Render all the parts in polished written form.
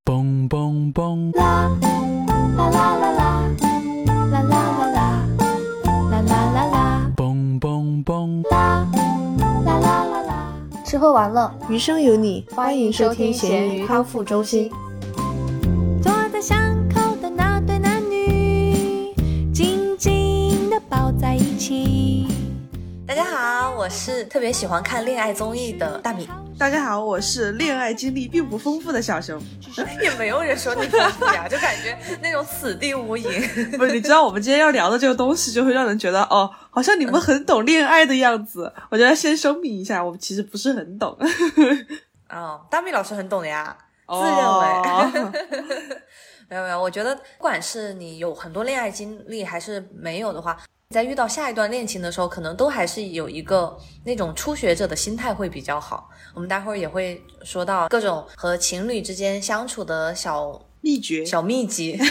蹦蹦蹦， 啦啦啦啦啦，啦啦啦啦，啦啦啦啦， 蹦蹦蹦， 啦啦啦啦啦。吃喝玩乐， 余生有你， 欢迎收听咸鱼康复中心。坐在巷口的那对男女，紧紧地抱在一起。 大家好，我是特别喜欢看恋爱综艺的大米。 大家好，我是恋爱经历并不丰富的小熊。 也没有人说你丰富呀，就感觉那种此地无银。 不是，你知道我们今天要聊的这个东西就会让人觉得哦，好像你们很懂恋爱的样子。我就要先声明一下，我们其实不是很懂。 哦，大米老师很懂的呀，自认为。没有，我觉得不管是你有很多恋爱经历还是没有的话，在遇到下一段恋情的时候，可能都还是有一个那种初学者的心态会比较好。我们待会儿也会说到各种和情侣之间相处的小秘诀、 小秘籍、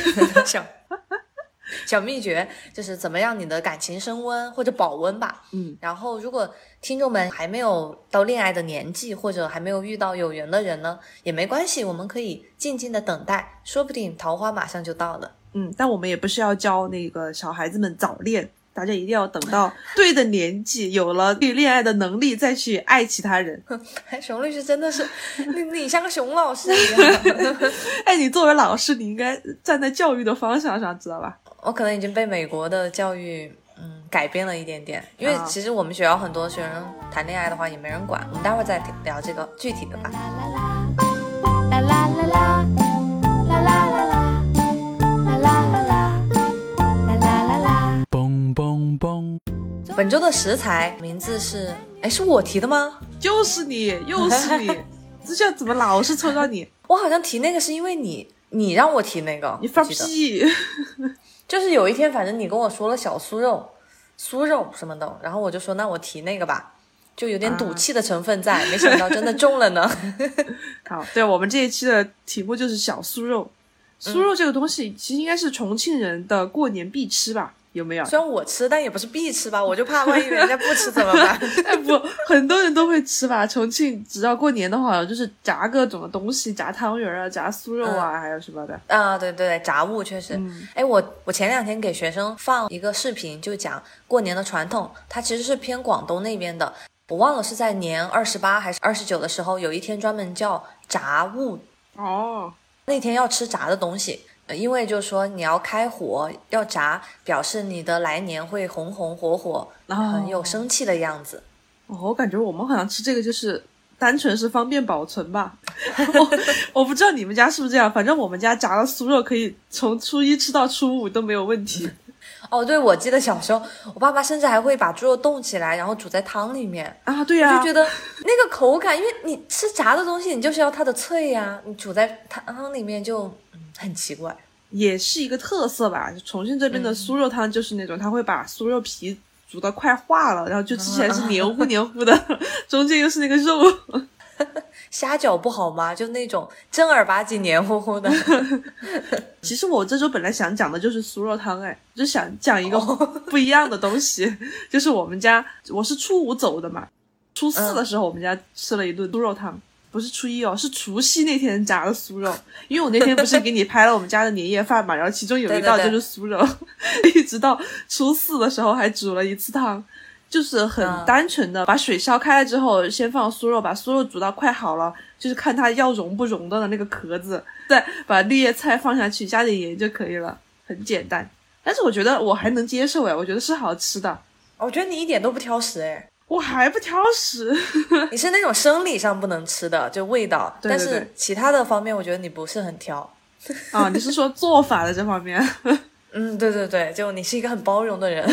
小秘诀，就是怎么让你的感情升温或者保温吧。然后如果听众们还没有到恋爱的年纪，或者还没有遇到有缘的人呢，也没关系，我们可以静静的等待，说不定桃花马上就到了。 但我们也不是要教那个小孩子们早恋，大家一定要等到对的年纪，有了对恋爱的能力再去爱其他人。 熊律师真的是你像个熊老师一样。 哎，你作为老师，你应该站在教育的方向上，知道吧？ 我可能已经被美国的教育改变了一点点，因为其实我们学校很多学生谈恋爱的话也没人管，我们待会儿再聊这个具体的吧。 啦啦啦啦啦，啦啦啦啦，啦啦啦啦，啦啦啦啦， 蹦蹦蹦。 本周的食材名字是，是我提的吗？ 就是你，又是你，这下怎么老是抽到你？ 我好像提那个是因为你让我提那个， 你放屁！ 就是有一天，反正你跟我说了小酥肉什么的，然后我就说那我提那个吧，就有点赌气的成分在，没想到真的中了呢。 好，对，我们这一期的题目就是小酥肉。酥肉这个东西其实应该是重庆人的过年必吃吧？有没有？ 虽然我吃，但也不是必吃吧，我就怕万一人家不吃怎么办？ 哎不，很多人都会吃吧。重庆只要过年的话，就是炸各种的东西，炸汤圆啊，炸酥肉啊，还有什么的啊，对，炸物确实。我前2天给学生放一个视频，就讲过年的传统，它其实是偏广东那边的，我忘了是在年28还是29的时候，有一天专门叫炸物。 哦， 那天要吃炸的东西。因为就是说你要开火要炸，表示你的来年会红红火火，很有生气的样子。 我感觉我们好像吃这个就是单纯是方便保存吧。我不知道你们家是不是这样，反正我们家炸的酥肉可以从初1吃到初5都没有问题。 哦，对，我记得小时候我爸爸甚至还会把猪肉冻起来然后煮在汤里面啊。对呀， 我就觉得那个口感，因为你吃炸的东西你就是要它的脆呀，你煮在汤里面就很奇怪。 也是一个特色吧，重庆这边的酥肉汤就是那种他会把酥肉皮煮到快化了，然后就吃起来是黏糊黏糊的，中间又是那个肉。 虾饺不好吗？就那种正儿八经黏糊糊的。 其实我这周本来想讲的就是酥肉汤，就想讲一个不一样的东西。就是我们家，我是初5走的嘛，初4的时候我们家吃了一顿酥肉汤，不是初1是除夕那天炸的酥肉。因为我那天不是给你拍了我们家的年夜饭嘛，然后其中有一道就是酥肉。一直到初4的时候还煮了一次汤，就是很单纯的把水烧开了之后先放酥肉，把酥肉煮到快好了，就是看它要融不融的那个壳子，再把绿叶菜放下去加点盐就可以了，很简单。但是我觉得我还能接受我觉得是好吃的。 我觉得你一点都不挑食我还不挑食。 你是那种生理上不能吃的，就味道， 对， 但是其他的方面我觉得你不是很挑。 你是说做法的这方面？ 对，就你是一个很包容的人。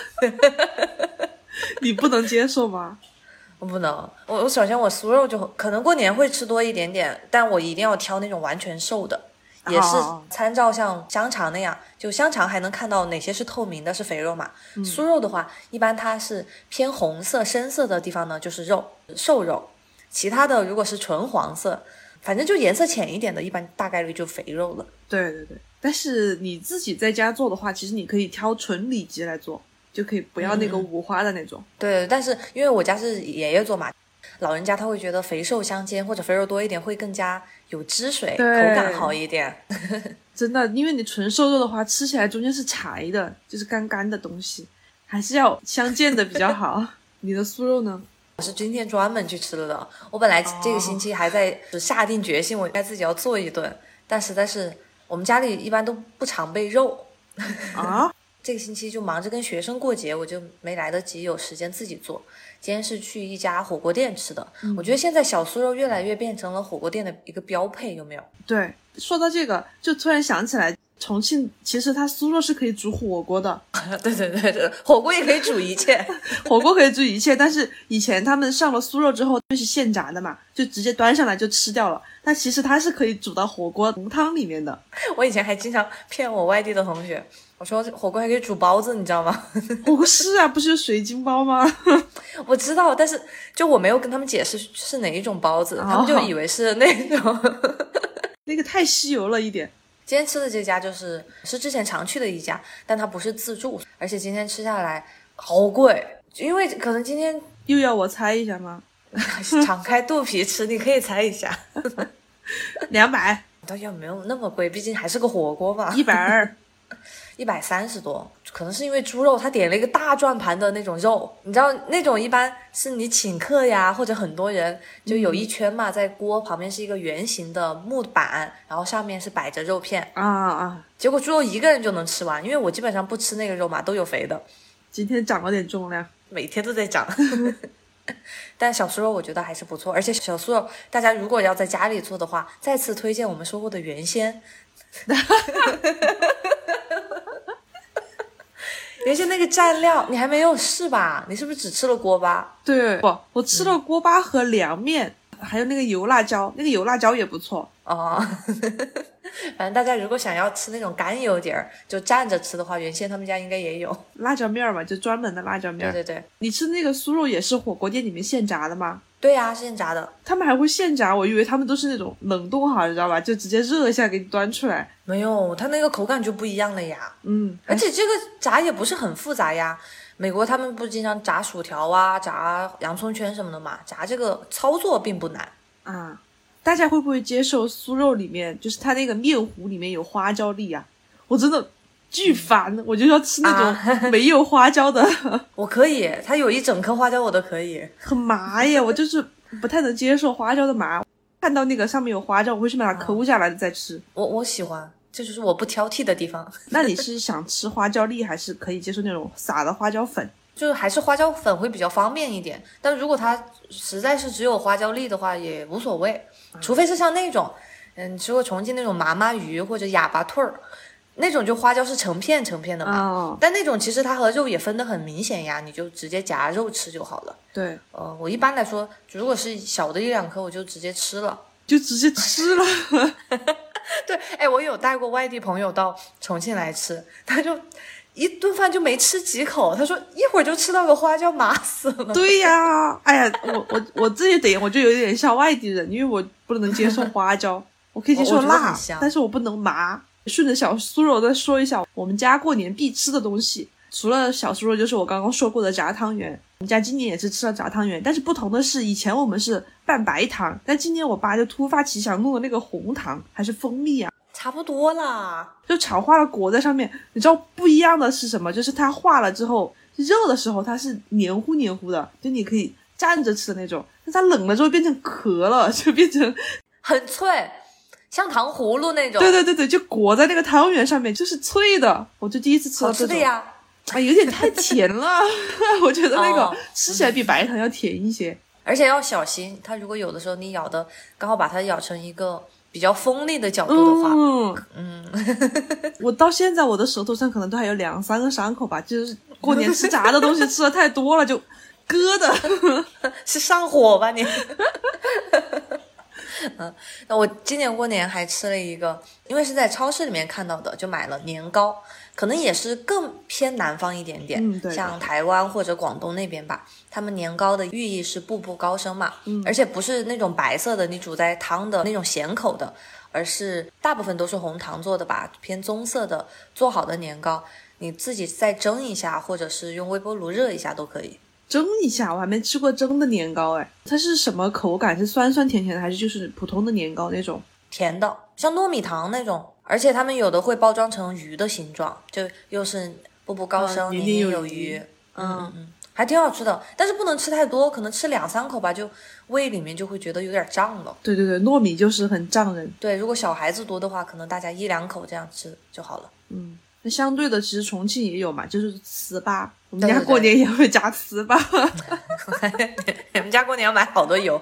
你不能接受吗？ 我不能，我首先我酥肉就可能过年会吃多一点点，但我一定要挑那种完全瘦的，也是参照像香肠那样，就香肠还能看到哪些是透明的是肥肉嘛。酥肉的话一般它是偏红色深色的地方呢就是瘦肉，其他的如果是纯黄色，反正就颜色浅一点的一般大概率就肥肉了。 对，但是你自己在家做的话，其实你可以挑纯里脊来做，就可以不要那个五花的那种。 对，但是因为我家是爷爷做嘛， 老人家他会觉得肥瘦相间或者肥肉多一点会更加有汁水，口对感好一点。 真的，因为你纯瘦肉的话，吃起来中间是柴的，就是干干的东西，还是要相间的比较好。你的酥肉呢？ 我是今天专门去吃了的。我本来这个星期还在下定决心，我应该自己要做一顿，但实在是我们家里一般都不常备肉啊。 这个星期就忙着跟学生过节，我就没来得及有时间自己做。今天是去一家火锅店吃的，我觉得现在小酥肉越来越变成了火锅店的一个标配，有没有？ 对，说到这个，就突然想起来，重庆其实它酥肉是可以煮火锅的。 对对对对，火锅也可以煮一切， 火锅可以煮一切，但是以前他们上了酥肉之后就是现炸的嘛，就直接端上来就吃掉了。但其实它是可以煮到火锅浓汤里面的。 我以前还经常骗我外地的同学，我说火锅还可以煮包子，你知道吗？ 火锅是啊，不是有水晶包吗？ 我知道，但是就我没有跟他们解释是哪一种包子，他们就以为是那种那个太吸油了一点。 今天吃的这家是之前常去的一家，但它不是自助，而且今天吃下来好贵，因为可能今天又要我猜一下吗？ 敞开肚皮吃，你可以猜一下。 200， 倒也没有那么贵，毕竟还是个火锅嘛。 120，130 多，可能是因为猪肉，他点了一个大转盘的那种肉，你知道那种一般是你请客呀，或者很多人就有一圈嘛，在锅旁边是一个圆形的木板，然后上面是摆着肉片结果猪肉一个人就能吃完，因为我基本上不吃那个肉嘛，都有肥的。 今天长了点重量， 每天都在长。但小酥肉我觉得还是不错，而且小酥肉大家如果要在家里做的话，再次推荐我们说过的原鲜。原先那个蘸料你还没有试吧？你是不是只吃了锅巴？ 对，我吃了锅巴和凉面，还有那个油辣椒，那个油辣椒也不错哦。反正大家如果想要吃那种干油底儿就蘸着吃的话，原先他们家应该也有辣椒面嘛，就专门的辣椒面。 对对对， 你吃那个酥肉也是火锅店里面现炸的吗？ 对呀，现炸的。 他们还会现炸，我以为他们都是那种冷冻好，你知道吧？就直接热一下给你端出来。 没有，它那个口感就不一样了呀。而且这个炸也不是很复杂呀。美国他们不经常炸薯条啊、炸洋葱圈什么的嘛，炸这个操作并不难啊。大家会不会接受酥肉里面就是它那个面糊里面有花椒粒啊？我真的巨烦，我就要吃那种没有花椒的。 我可以，它有一整颗花椒我都可以。 很麻耶，我就是不太能接受花椒的麻。看到那个上面有花椒，我会去把它抠下来再吃。 我喜欢，这就是我不挑剔的地方。 那你是想吃花椒粒，还是可以接受那种撒的花椒粉？ 就是还是花椒粉会比较方便一点，但如果它实在是只有花椒粒的话也无所谓，除非是像那种吃过重庆那种麻麻鱼或者哑巴腿儿那种，就花椒是成片成片的嘛，但那种其实它和肉也分得很明显呀，你就直接夹肉吃就好了。 对， 我一般来说如果是小的1-2颗我就直接吃了。对，我有带过外地朋友到重庆来吃，他就一顿饭就没吃几口，他说一会儿就吃到个花椒，麻死了。 对呀，哎呀，我这一点我就有点像外地人，因为我不能接受花椒，我可以接受辣，但是我不能麻。顺着小酥肉再说一下我们家过年必吃的东西，除了小酥肉就是我刚刚说过的炸汤圆。我们家今年也是吃了炸汤圆，但是不同的是以前我们是拌白糖，但今年我爸就突发奇想弄了那个红糖还是蜂蜜啊， 差不多啦， 就炒化了裹在上面。你知道不一样的是什么？就是它化了之后热的时候它是黏糊黏糊的，就你可以蘸着吃的那种，但它冷了之后变成壳了，就变成很脆，像糖葫芦那种。 对，就裹在那个汤圆上面，就是脆的。我就第一次吃到这种。 好吃的呀。 有点太甜了。我觉得那个吃起来比白糖要甜一些。 而且要小心，它如果有的时候你咬的刚好把它咬成一个比较锋利的角度的话， 我到现在我的舌头上可能都还有2-3个伤口吧，就是过年吃炸的东西吃的太多了，就割的。 是上火吧你？那我今年过年还吃了一个，因为是在超市里面看到的，就买了年糕，可能也是更偏南方一点点， 对， 像台湾或者广东那边吧，他们年糕的寓意是步步高升嘛，而且不是那种白色的你煮在汤的那种咸口的，而是大部分都是红糖做的吧，偏棕色的做好的年糕，你自己再蒸一下或者是用微波炉热一下都可以。 蒸一下，我还没吃过蒸的年糕哎，它是什么口感？是酸酸甜甜的，还是就是普通的年糕那种？ 甜的，像糯米糖那种，而且他们有的会包装成鱼的形状，就又是步步高升，年年有余。还挺好吃的，但是不能吃太多，可能吃2-3口吧，就胃里面就会觉得有点胀了。 对对对，糯米就是很胀人。 对，如果小孩子多的话，可能大家1-2口这样吃就好了。 那相对的，其实重庆也有嘛，就是糍粑，我们家过年也会加糍粑。 你们家过年要买好多油。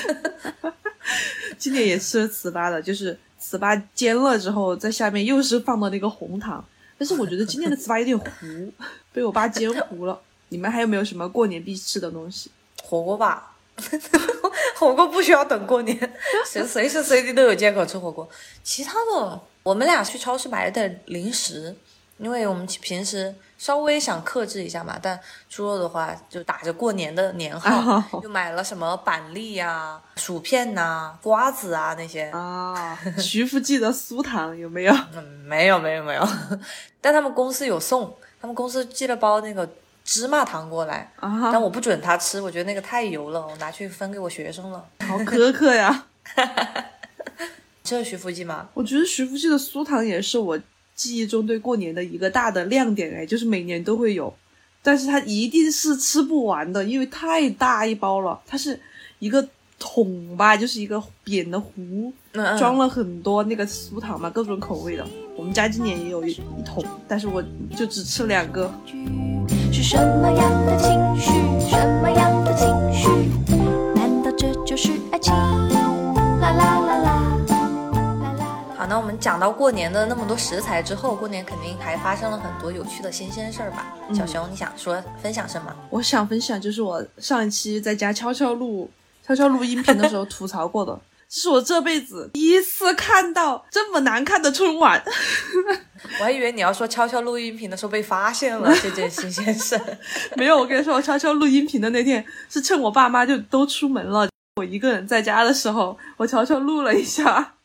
今年也吃了糍粑的，就是糍粑煎了之后，在下面又是放的那个红糖，但是我觉得今年的糍粑有点糊，被我爸煎糊了。你们还有没有什么过年必吃的东西？ 火锅吧。火锅不需要等过年，随时随地都有借口吃火锅。其他的，我们俩去超市买了点零食，因为我们平时稍微想克制一下嘛，但猪肉的话就打着过年的年号，就买了什么板栗啊、薯片啊、瓜子啊那些啊。徐福记的酥糖有没有？ 没有，但他们公司有送，他们公司寄了包那个芝麻糖过来，但我不准他吃，我觉得那个太油了，我拿去分给我学生了。 好苛刻呀。 吃了徐福记吗？ 我觉得徐福记的酥糖也是我记忆中对过年的一个大的亮点哎，就是每年都会有，但是它一定是吃不完的，因为太大一包了，它是一个桶吧，就是一个扁的壶，装了很多那个酥糖嘛，各种口味的。我们家今年也有一桶，但是我就只吃2个。 是什么样的情绪？什么样的情绪？难道这就是爱情？啦啦啦啦。 好，那我们讲到过年的那么多食材之后，过年肯定还发生了很多有趣的新鲜事儿吧？小熊，你想分享什么？ 我想分享就是我上一期在家悄悄录音频的时候吐槽过的，这是我这辈子第一次看到这么难看的春晚。 我还以为你要说悄悄录音频的时候被发现了这件新鲜事。 没有，我跟你说，我悄悄录音频的那天是趁我爸妈就都出门了，我一个人在家的时候，我悄悄录了一下。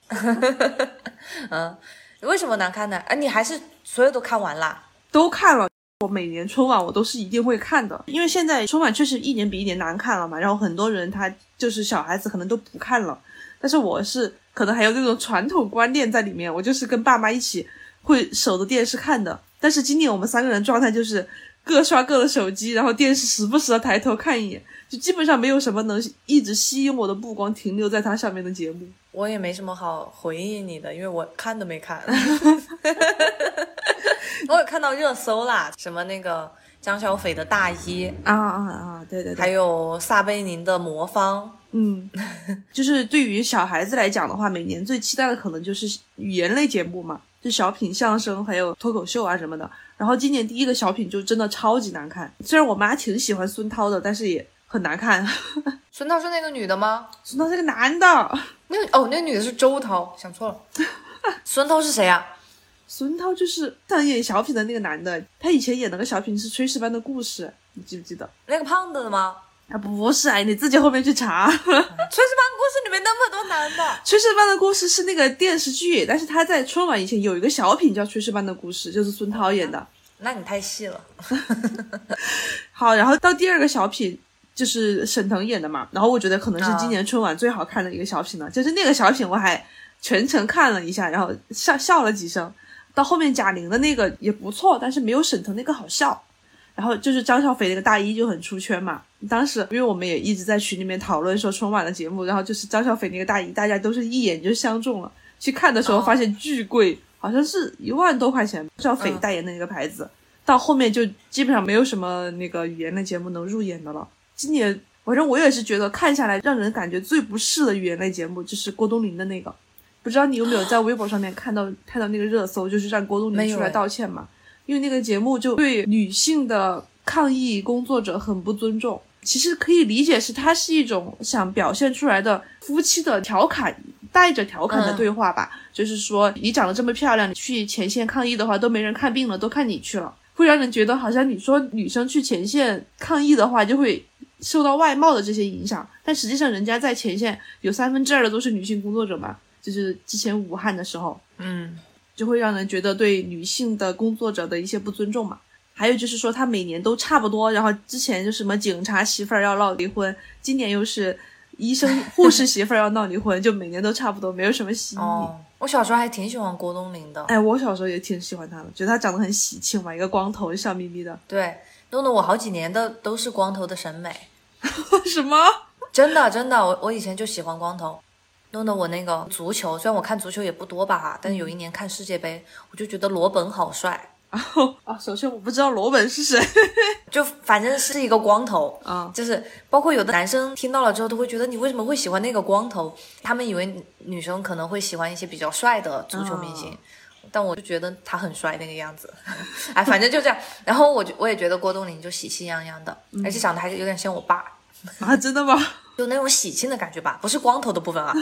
为什么难看呢？你还是所有都看完啦？ 都看了。我每年春晚我都是一定会看的，因为现在春晚确实一年比一年难看了嘛，然后很多人他就是小孩子可能都不看了，但是我是可能还有那种传统观念在里面，我就是跟爸妈一起会守着电视看的。但是今年我们3个人状态就是各刷各的手机，然后电视时不时的抬头看一眼，就基本上没有什么能一直吸引我的目光停留在它上面的节目。 我也没什么好回应你的，因为我看都没看。我有看到热搜啦，什么那个张小斐的大衣对对对， 还有撒贝宁的魔方。 就是对于小孩子来讲的话，每年最期待的可能就是语言类节目嘛，就小品、相声还有脱口秀啊什么的。然后今年第一个小品就真的超级难看，虽然我妈挺喜欢孙涛的，但是也很难看。 孙涛是那个女的吗？ 孙涛是个男的。 那个女的是周涛，想错了。孙涛是谁啊？ 孙涛就是上演小品的那个男的，他以前演那个小品是《炊事班的故事》，你记不记得？ 那个胖子的吗？ 不是，你自己后面去查。炊事班故事里面那么多男的。 炊事班的故事是那个电视剧，但是他在春晚以前有一个小品叫炊事班的故事，就是孙涛演的。 那你太细了。 好，然后到第2个小品就是沈腾演的嘛，然后我觉得可能是今年春晚最好看的一个小品了，就是那个小品我还全程看了一下，然后笑了几声。到后面贾玲的那个也不错，但是没有沈腾那个好笑。然后就是张小斐那个大衣就很出圈嘛，当时因为我们也一直在群里面讨论说春晚的节目，然后就是张小斐那个大衣大家都是一眼就相中了，去看的时候发现巨贵，好像是1万多块钱，张小斐代言的那个牌子。到后面就基本上没有什么那个语言类节目能入眼的了。今年反正我也是觉得看下来让人感觉最不适的语言类节目就是郭冬临的那个，不知道你有没有在微博上面看到那个热搜，就是让郭冬临出来道歉嘛，因为那个节目就对女性的抗疫工作者很不尊重。其实可以理解是它是一种想表现出来的夫妻的调侃，带着调侃的对话吧，就是说你长得这么漂亮，你去前线抗疫的话都没人看病了，都看你去了，会让人觉得好像你说女生去前线抗疫的话就会受到外貌的这些影响，但实际上人家在前线有2/3的都是女性工作者嘛，就是之前武汉的时候，就会让人觉得对女性的工作者的一些不尊重嘛。 还有就是说他每年都差不多，然后之前就什么警察媳妇儿要闹离婚，今年又是医生护士媳妇儿要闹离婚，就每年都差不多，没有什么新意。 我小时候还挺喜欢郭冬临的。 哎，我小时候也挺喜欢他的，觉得他长得很喜庆嘛，一个光头笑眯眯的。 对，弄得我好几年的都是光头的审美。 什么？ 真的真的，我以前就喜欢光头，弄得我那个足球，虽然我看足球也不多吧，但是有一年看世界杯，我就觉得罗本好帅。 首先我不知道罗本是谁， 就反正是一个光头啊， 就是包括有的男生听到了之后都会觉得你为什么会喜欢那个光头，他们以为女生可能会喜欢一些比较帅的足球明星，但我就觉得他很帅那个样子。哎，反正就这样。然后我也觉得郭冬临就喜气洋洋的，而且长得还有点像我爸。 啊，真的吗？ 就那种喜庆的感觉吧，不是光头的部分啊。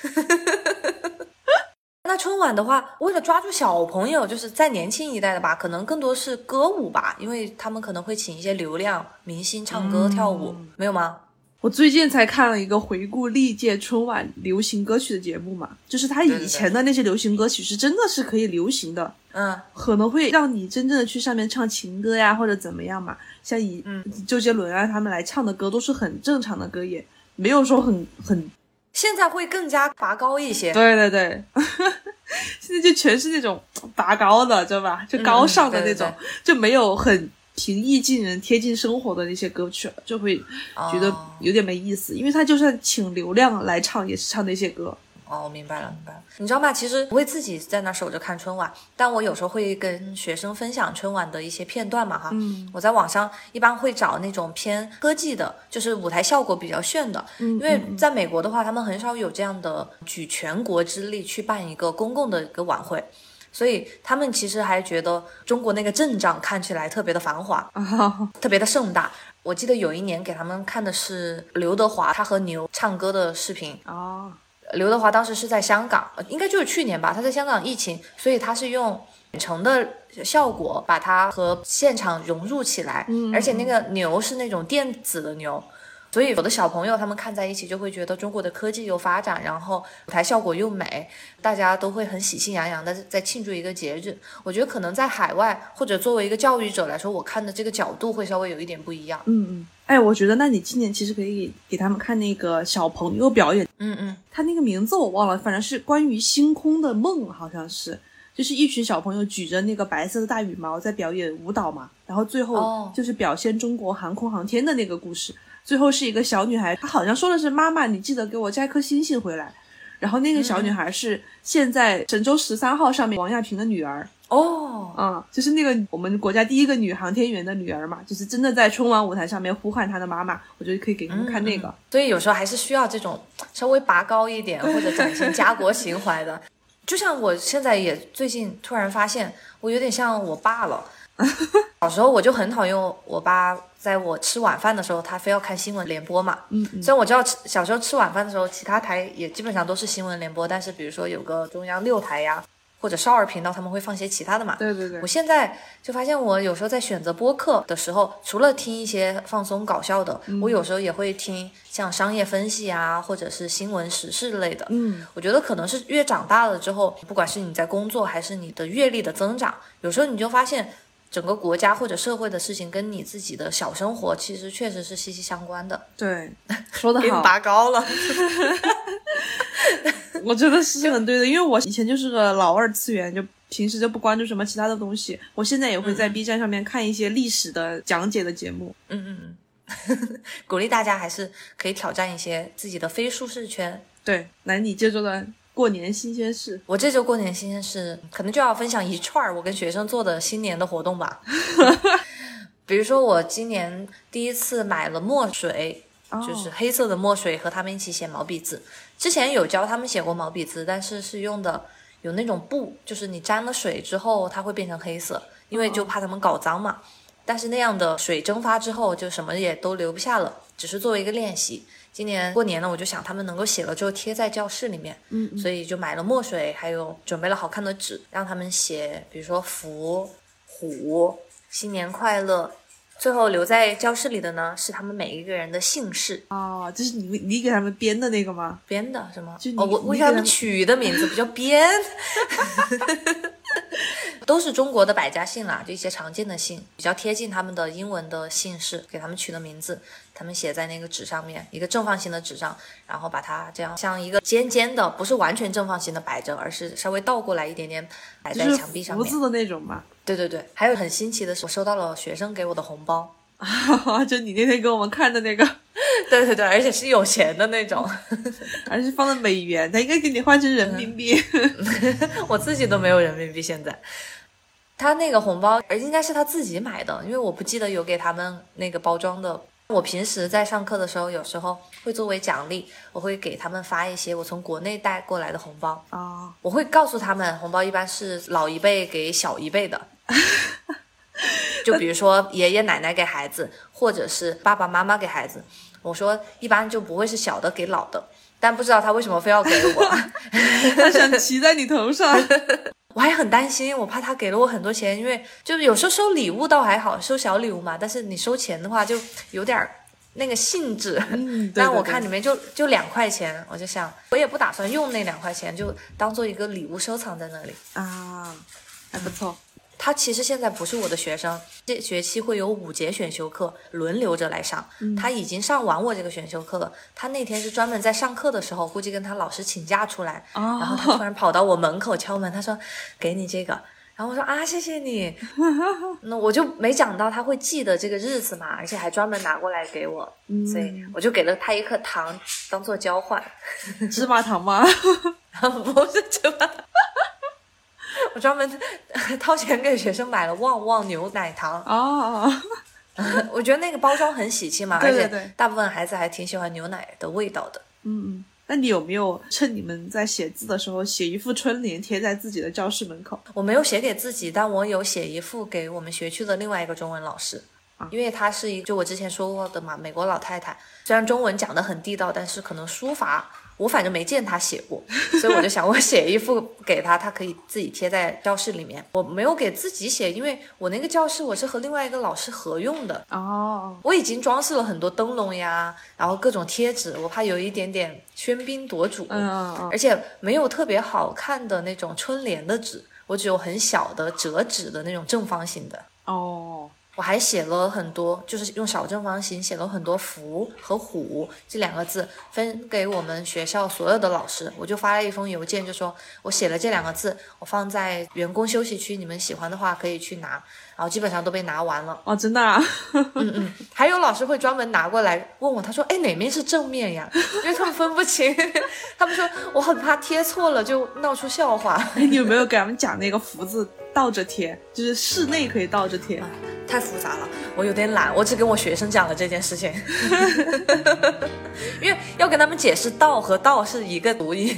那春晚的话，为了抓住小朋友，就是再年轻一代的吧，可能更多是歌舞吧，因为他们可能会请一些流量明星唱歌跳舞，没有吗？ 我最近才看了一个回顾历届春晚流行歌曲的节目嘛，就是他以前的那些流行歌曲是真的是可以流行的，可能会让你真正的去上面唱情歌呀或者怎么样嘛，像周杰伦啊他们来唱的歌都是很正常的歌，也没有说很现在会更加拔高一些。 对对对。现在就全是那种拔高的，知道吧？就高尚的那种， 对， 就没有很平易近人、贴近生活的那些歌曲了，就会觉得有点没意思。因为他就算请流量来唱，也是唱那些歌。 哦，明白了。你知道吗？其实不会自己在那守着看春晚，但我有时候会跟学生分享春晚的一些片段嘛，哈。我在网上一般会找那种偏科技的，就是舞台效果比较炫的。因为在美国的话，他们很少有这样的举全国之力去办一个公共的一个晚会。所以他们其实还觉得中国那个阵仗看起来特别的繁华，特别的盛大。我记得有一年给他们看的是刘德华他和牛唱歌的视频。刘德华当时是在香港，应该就是去年吧，他在香港疫情，所以他是用远程的效果把它和现场融入起来，而且那个牛是那种电子的牛，所以有的小朋友他们看在一起就会觉得中国的科技有发展，然后舞台效果又美，大家都会很喜气洋洋的在庆祝一个节日。我觉得可能在海外或者作为一个教育者来说，我看的这个角度会稍微有一点不一样。 哎，我觉得那你今年其实可以给他们看那个小朋友表演。他那个名字我忘了，反正是关于星空的梦，好像是就是一群小朋友举着那个白色的大羽毛在表演舞蹈嘛，然后最后就是表现中国航空航天的那个故事。最后是一个小女孩，她好像说的是妈妈你记得给我摘颗星星回来，然后那个小女孩是现在神舟13号上面王亚平的女儿。就是那个我们国家第一个女航天员的女儿嘛，就是真的在春晚舞台上面呼唤她的妈妈，我觉得可以给他们看那个。 所以有时候还是需要这种稍微拔高一点或者展现家国情怀的。就像我现在也最近突然发现我有点像我爸了。小时候我就很讨厌我爸，在我吃晚饭的时候他非要看新闻联播嘛。虽然我知道小时候吃晚饭的时候其他台也基本上都是新闻联播，但是比如说有个中央6台呀或者少儿频道他们会放些其他的嘛。 对对对。 我现在就发现我有时候在选择播客的时候，除了听一些放松搞笑的，我有时候也会听像商业分析啊或者是新闻时事类的。我觉得可能是越长大了之后，不管是你在工作还是你的阅历的增长，有时候你就发现整个国家或者社会的事情跟你自己的小生活其实确实是息息相关的。 对，说得好。 给你拔高了。 我觉得是很对的，因为我以前就是个老二次元，就平时就不关注什么其他的东西。我现在也会在 B 站上面看一些历史的讲解的节目。 鼓励大家还是可以挑战一些自己的非舒适圈。 对，来你这周的过年新鲜事。 我这周过年新鲜事可能就要分享一串我跟学生做的新年的活动吧。比如说我今年第一次买了墨水，就是黑色的墨水，和他们一起写毛笔字。之前有教他们写过毛笔字，但是是用的有那种布，就是你沾了水之后它会变成黑色，因为就怕他们搞脏嘛。但是那样的水蒸发之后就什么也都留不下了，只是作为一个练习。今年过年呢，我就想他们能够写了之后贴在教室里面，所以就买了墨水，还有准备了好看的纸，让他们写，比如说福、虎、新年快乐。最后留在教室里的呢，是他们每一个人的姓氏。 这是你给他们编的那个吗？ 编的什么？ 就我给他们取的名字比较编。 都是中国的百家姓啦，就一些常见的姓，比较贴近他们的英文的姓氏，给他们取的名字，他们写在那个纸上面，一个正方形的纸上，然后把它这样像一个尖尖的，不是完全正方形的摆着，而是稍微倒过来一点点摆在墙壁上面， 就是福字的那种嘛。 对对对，还有很新奇的是，我收到了学生给我的红包。 就你那天给我们看的那个。 对对对，而且是有钱的那种。 而是放的美元，他应该给你换成人民币。 我自己都没有人民币现在。他那个红包应该是他自己买的，因为我不记得有给他们那个包装的。我平时在上课的时候，有时候会作为奖励，我会给他们发一些我从国内带过来的红包。我会告诉他们，红包一般是老一辈给小一辈的。就比如说爷爷奶奶给孩子，或者是爸爸妈妈给孩子，我说一般就不会是小的给老的，但不知道他为什么非要给我。 他想骑在你头上。 我还很担心，我怕他给了我很多钱，因为就是有时候收礼物倒还好，收小礼物嘛，但是你收钱的话就有点那个性质。但我看里面就2块钱，我就想我也不打算用那2块钱，就当做一个礼物收藏在那里啊，还不错。 他其实现在不是我的学生，这学期会有5节选修课轮流着来上，他已经上完我这个选修课了。他那天是专门在上课的时候，估计跟他老师请假出来，然后他突然跑到我门口敲门，他说给你这个，然后我说啊谢谢你。那我就没想到他会记得这个日子嘛，而且还专门拿过来给我，所以我就给了他一颗糖当做交换。 芝麻糖吗？ 不是芝麻糖。我专门掏钱给学生买了旺旺牛奶糖。我觉得那个包装很喜气嘛， 对对而且大部分孩子还挺喜欢牛奶的味道的。 那你有没有趁你们在写字的时候写一副春联贴在自己的教室门口？ 我没有写给自己，但我有写一副给我们学区的另外一个中文老师。因为她是就我之前说过的嘛，美国老太太，虽然中文讲得很地道，但是可能书法我反正没见她写过，所以我就想我写一副给她，她可以自己贴在教室里面。我没有给自己写，因为我那个教室我是和另外一个老师合用的。我已经装饰了很多灯笼呀，然后各种贴纸，我怕有一点点喧宾夺主。而且没有特别好看的那种春联的纸，我只有很小的折纸的那种正方形的。我还写了很多，就是用小正方形写了很多福和虎这2个字，分给我们学校所有的老师。我就发了一封邮件，就说我写了这2个字，我放在员工休息区，你们喜欢的话可以去拿。然后基本上都被拿完了。 真的啊？ 还有老师会专门拿过来问我，他说哎哪面是正面呀？因为他们分不清。他们说我很怕贴错了就闹出笑话。 你有没有给他们讲那个福字倒着贴，就是室内可以倒着贴？ 太复杂了，我有点懒，我只跟我学生讲了这件事情。因为要跟他们解释道和道是一个读音。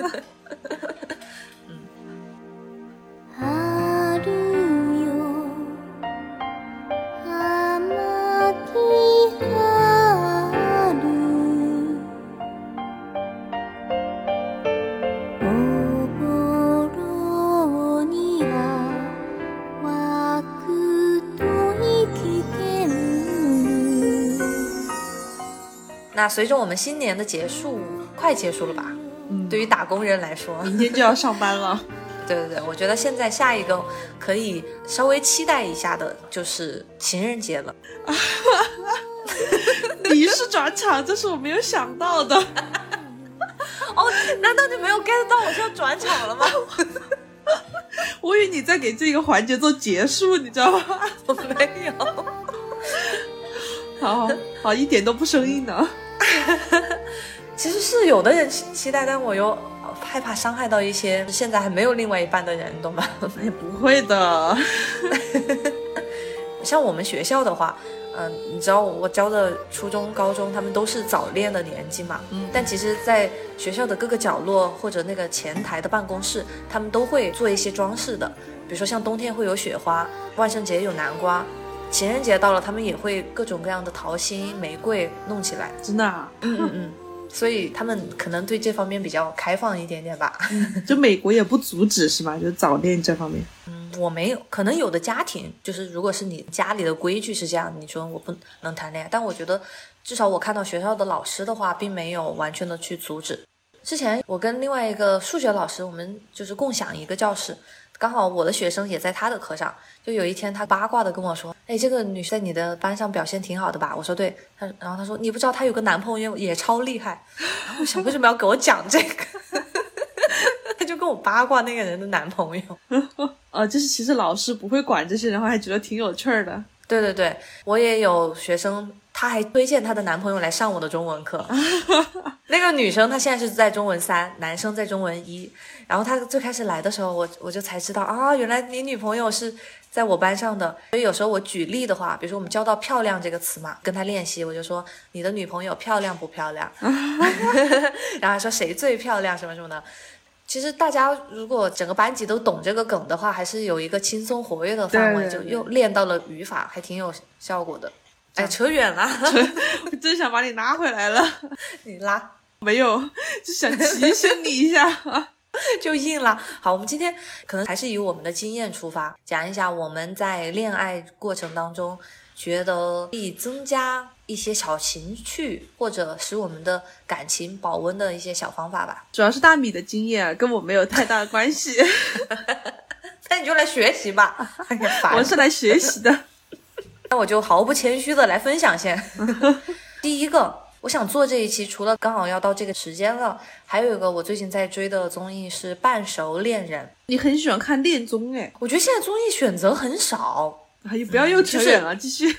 那随着我们新年的结束，快结束了吧？对于打工人来说， 明天就要上班了。 对对对，我觉得现在下一个可以稍微期待一下的就是情人节了。 你是转场，这是我没有想到的。 难道你没有 get 到我是要转场了吗？ 我以为你在给这个环节做结束，你知道吗？ 我没有。 好，一点都不生硬呢。 其实是有的人期待，但我又害怕伤害到一些现在还没有另外一半的人，懂吗？ 也不会的。 像我们学校的话，你知道我教的初中高中他们都是早恋的年纪嘛，但其实在学校的各个角落或者那个前台的办公室，他们都会做一些装饰的，比如说像冬天会有雪花，万圣节有南瓜，情人节到了他们也会各种各样的桃心玫瑰弄起来。 真的啊？ 所以他们可能对这方面比较开放一点点吧。 就美国也不阻止是吗？就是早恋这方面。 我没有，可能有的家庭就是如果是你家里的规矩是这样，你说我不能谈恋爱，但我觉得至少我看到学校的老师的话并没有完全的去阻止。之前我跟另外一个数学老师，我们就是共享一个教室， 刚好我的学生也在他的课上，就有一天他八卦的跟我说，哎，这个女生在你的班上表现挺好的吧？我说对，然后他说你不知道她有个男朋友也超厉害。然后我想为什么要给我讲这个？他就跟我八卦那个人的男朋友。 就是其实老师不会管这些，然后还觉得挺有趣儿的。 对对对，我也有学生，她还推荐她的男朋友来上我的中文课。那个女生她现在是在中文3，男生在中文1。然后她最开始来的时候，我就才知道啊，原来你女朋友是在我班上的。所以有时候我举例的话，比如说我们教到漂亮这个词嘛，跟她练习，我就说你的女朋友漂亮不漂亮？然后还说谁最漂亮什么什么的。其实大家如果整个班级都懂这个梗的话，还是有一个轻松活跃的范围，就又练到了语法，还挺有效果的。哎，扯远了。 我真想把你拉回来了。 你拉没有，就想提醒你一下。 就硬了。好，我们今天可能还是以我们的经验出发，讲一下我们在恋爱过程当中觉得可以增加一些小情趣，或者使我们的感情保温的一些小方法吧。 主要是大米的经验跟我没有太大的关系。 那你就来学习吧。哎呀，烦。 我是来学习的。 那我就毫不谦虚的来分享先。第一个，我想做这一期，除了刚好要到这个时间了，还有一个我最近在追的综艺是《半熟恋人》。 你很喜欢看恋综哎？ 我觉得现在综艺选择很少。 不要又扯远了，继续。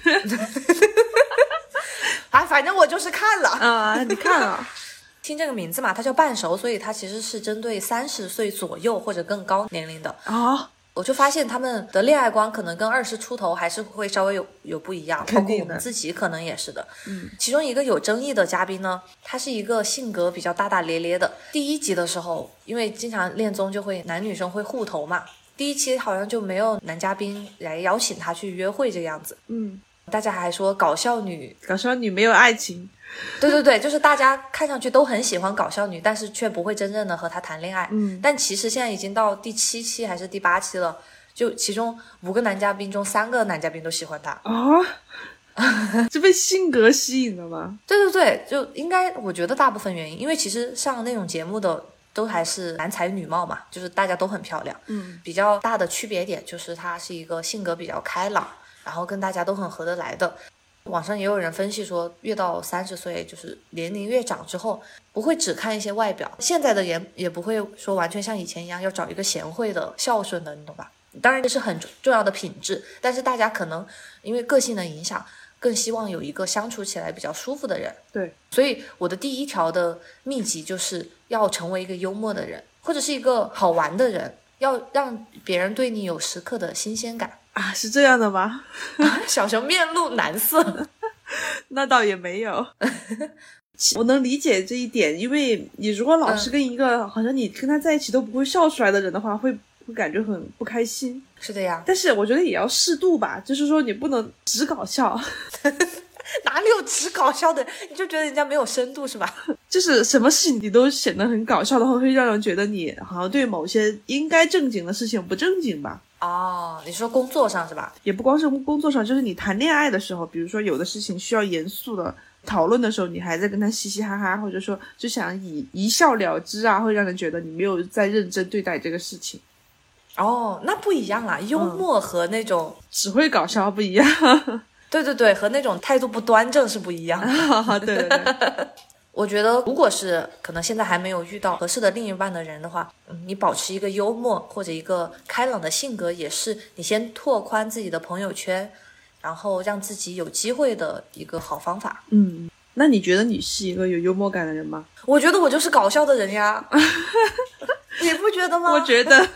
反正我就是看了啊，你看了。 听这个名字嘛，它叫半熟，所以它其实是针对30岁左右或者更高年龄的啊。 我就发现他们的恋爱观可能跟20出头还是会稍微有不一样，包括我们自己可能也是的。其中一个有争议的嘉宾呢，他是一个性格比较大大咧咧的。第1集的时候，因为经常恋综就会男女生会互投嘛，第1期好像就没有男嘉宾来邀请他去约会这个样子。大家还说搞笑女没有爱情。 对对对，就是大家看上去都很喜欢搞笑女，但是却不会真正的和她谈恋爱。但其实现在已经到第7期还是第8期了，就其中5个男嘉宾中3个男嘉宾都喜欢她啊。是被性格吸引了吗？ 对对对，就应该我觉得大部分原因，因为其实上那种节目的都还是男才女貌嘛，就是大家都很漂亮。比较大的区别点就是她是一个性格比较开朗，然后跟大家都很合得来的。网上也有人分析说，越到30岁，就是年龄越长之后，不会只看一些外表，现在的人也不会说完全像以前一样要找一个贤惠的、孝顺的，你懂吧？当然这是很重要的品质，但是大家可能因为个性的影响，更希望有一个相处起来比较舒服的人。 对， 所以我的第1条的秘籍就是要成为一个幽默的人，或者是一个好玩的人，要让别人对你有时刻的新鲜感。 啊，是这样的吗？ 小熊面露难色。 那倒也没有。我能理解这一点，因为你如果老是跟一个好像你跟他在一起都不会笑出来的人的话，会感觉很不开心。 是的呀， 但是我觉得也要适度吧，就是说你不能只搞笑。 哪里有只搞笑的？你就觉得人家没有深度是吧？ 就是什么事情你都显得很搞笑的话，会让人觉得你好像对某些应该正经的事情不正经吧。 哦，你说工作上是吧？ 也不光是工作上，就是你谈恋爱的时候，比如说有的事情需要严肃的讨论的时候，你还在跟他嘻嘻哈哈，或者说就想以一笑了之啊，会让人觉得你没有在认真对待这个事情。 哦，那不一样啦，幽默和那种只会搞笑不一样。 对对对，和那种态度不端正是不一样的。 对对对。 我觉得如果是可能现在还没有遇到合适的另一半的人的话，你保持一个幽默或者一个开朗的性格，也是你先拓宽自己的朋友圈，然后让自己有机会的一个好方法。 那你觉得你是一个有幽默感的人吗？ 我觉得我就是搞笑的人呀。你不觉得吗？ 我觉得。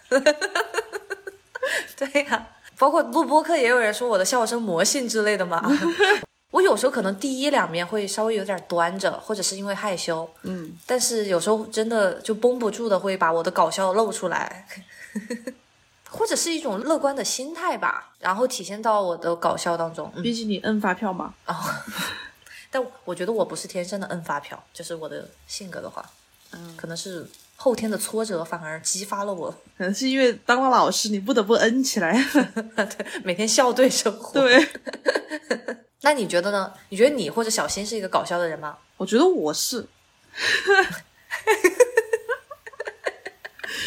对呀，包括录播课也有人说我的笑声魔性之类的嘛。我有时候可能第1、2面会稍微有点端着，或者是因为害羞，但是有时候真的就绷不住的会把我的搞笑露出来，或者是一种乐观的心态吧，然后体现到我的搞笑当中。 毕竟你摁发票嘛。 但我觉得我不是天生的摁发票，就是我的性格的话，可能是后天的挫折反而激发了我。 可能是因为当了老师，你不得不摁起来。 对，每天笑对生活。 对。 那你觉得呢？你觉得你或者小新是一个搞笑的人吗？ 我觉得我是。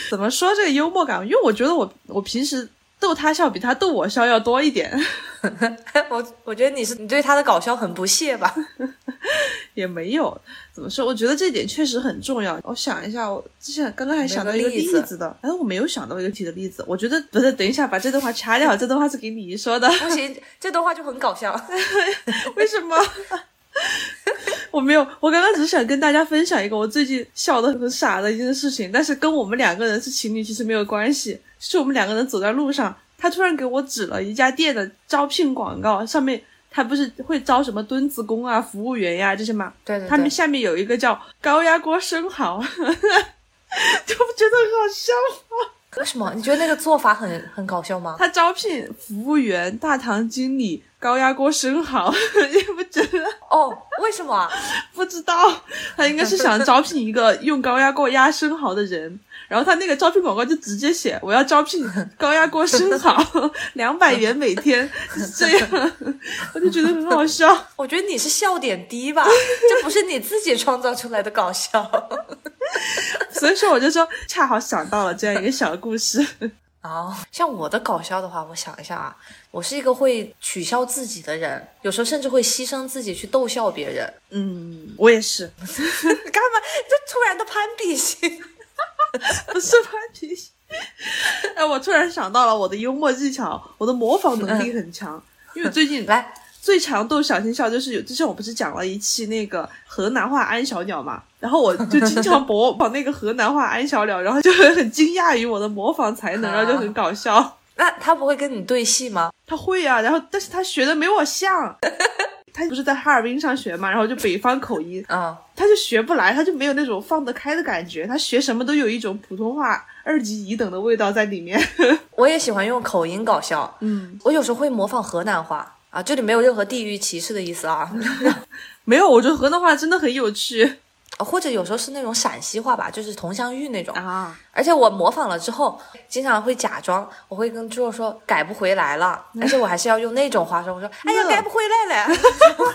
怎么说这个幽默感？因为我觉得我平时逗他笑比他逗我笑要多一点。 我觉得你对他的搞笑很不屑吧？ 也没有，怎么说？我觉得这点确实很重要。我想一下，我之前刚刚还想到一个例子的，但是我没有想到一个具体的例子。我觉得不是，等一下把这段话掐掉，这段话是给你说的。 不行，这段话就很搞笑。 为什么？我没有，我刚刚只是想跟大家分享一个我最近笑得很傻的一件事情，但是跟我们两个人是情侣其实没有关系。是我们两个人走在路上，他突然给我指了一家店的招聘广告，上面他不是会招什么墩子工啊、服务员呀这些吗？ 对对对， 他们下面有一个叫高压锅生蚝，就不觉得很好笑吗？ 为什么？你觉得那个做法很搞笑吗？ 他招聘服务员、大堂经理、高压锅生蚝，你不觉得？ 哦，为什么啊？ 不知道，他应该是想招聘一个用高压锅压生蚝的人。然后他那个招聘广告就直接写我要招聘高压锅生蚝200元每天，就是这样。我就觉得很好笑。 我觉得你是笑点低吧，这不是你自己创造出来的搞笑。 所以说我就说恰好想到了这样一个小故事。 像我的搞笑的话，我想一下啊，我是一个会取笑自己的人，有时候甚至会牺牲自己去逗笑别人。 我也是。 干嘛这突然的攀比心？ 不是攀比心。我突然想到了我的幽默技巧，我的模仿能力很强。因为最近来最常逗小新笑就是之前我不是讲了一期那个河南话安小鸟嘛，然后我就经常模仿那个河南话安小鸟，然后就会很惊讶于我的模仿才能，然后就很搞笑。 那他不会跟你对戏吗？ 他会啊，然后但是他学的没我像。他不是在哈尔滨上学嘛，然后就北方口音，他就学不来，他就没有那种放得开的感觉，他学什么都有一种普通话2级乙等的味道在里面。 我也喜欢用口音搞笑，我有时候会模仿河南话啊，这里没有任何地域歧视的意思啊。 没有，我觉得河南话真的很有趣。 或者有时候是那种陕西话吧，就是佟湘玉那种啊。 而且我模仿了之后，经常会假装，我会跟猪肉说改不回来了，而且我还是要用那种话说，我说哎呀改不回来了。然后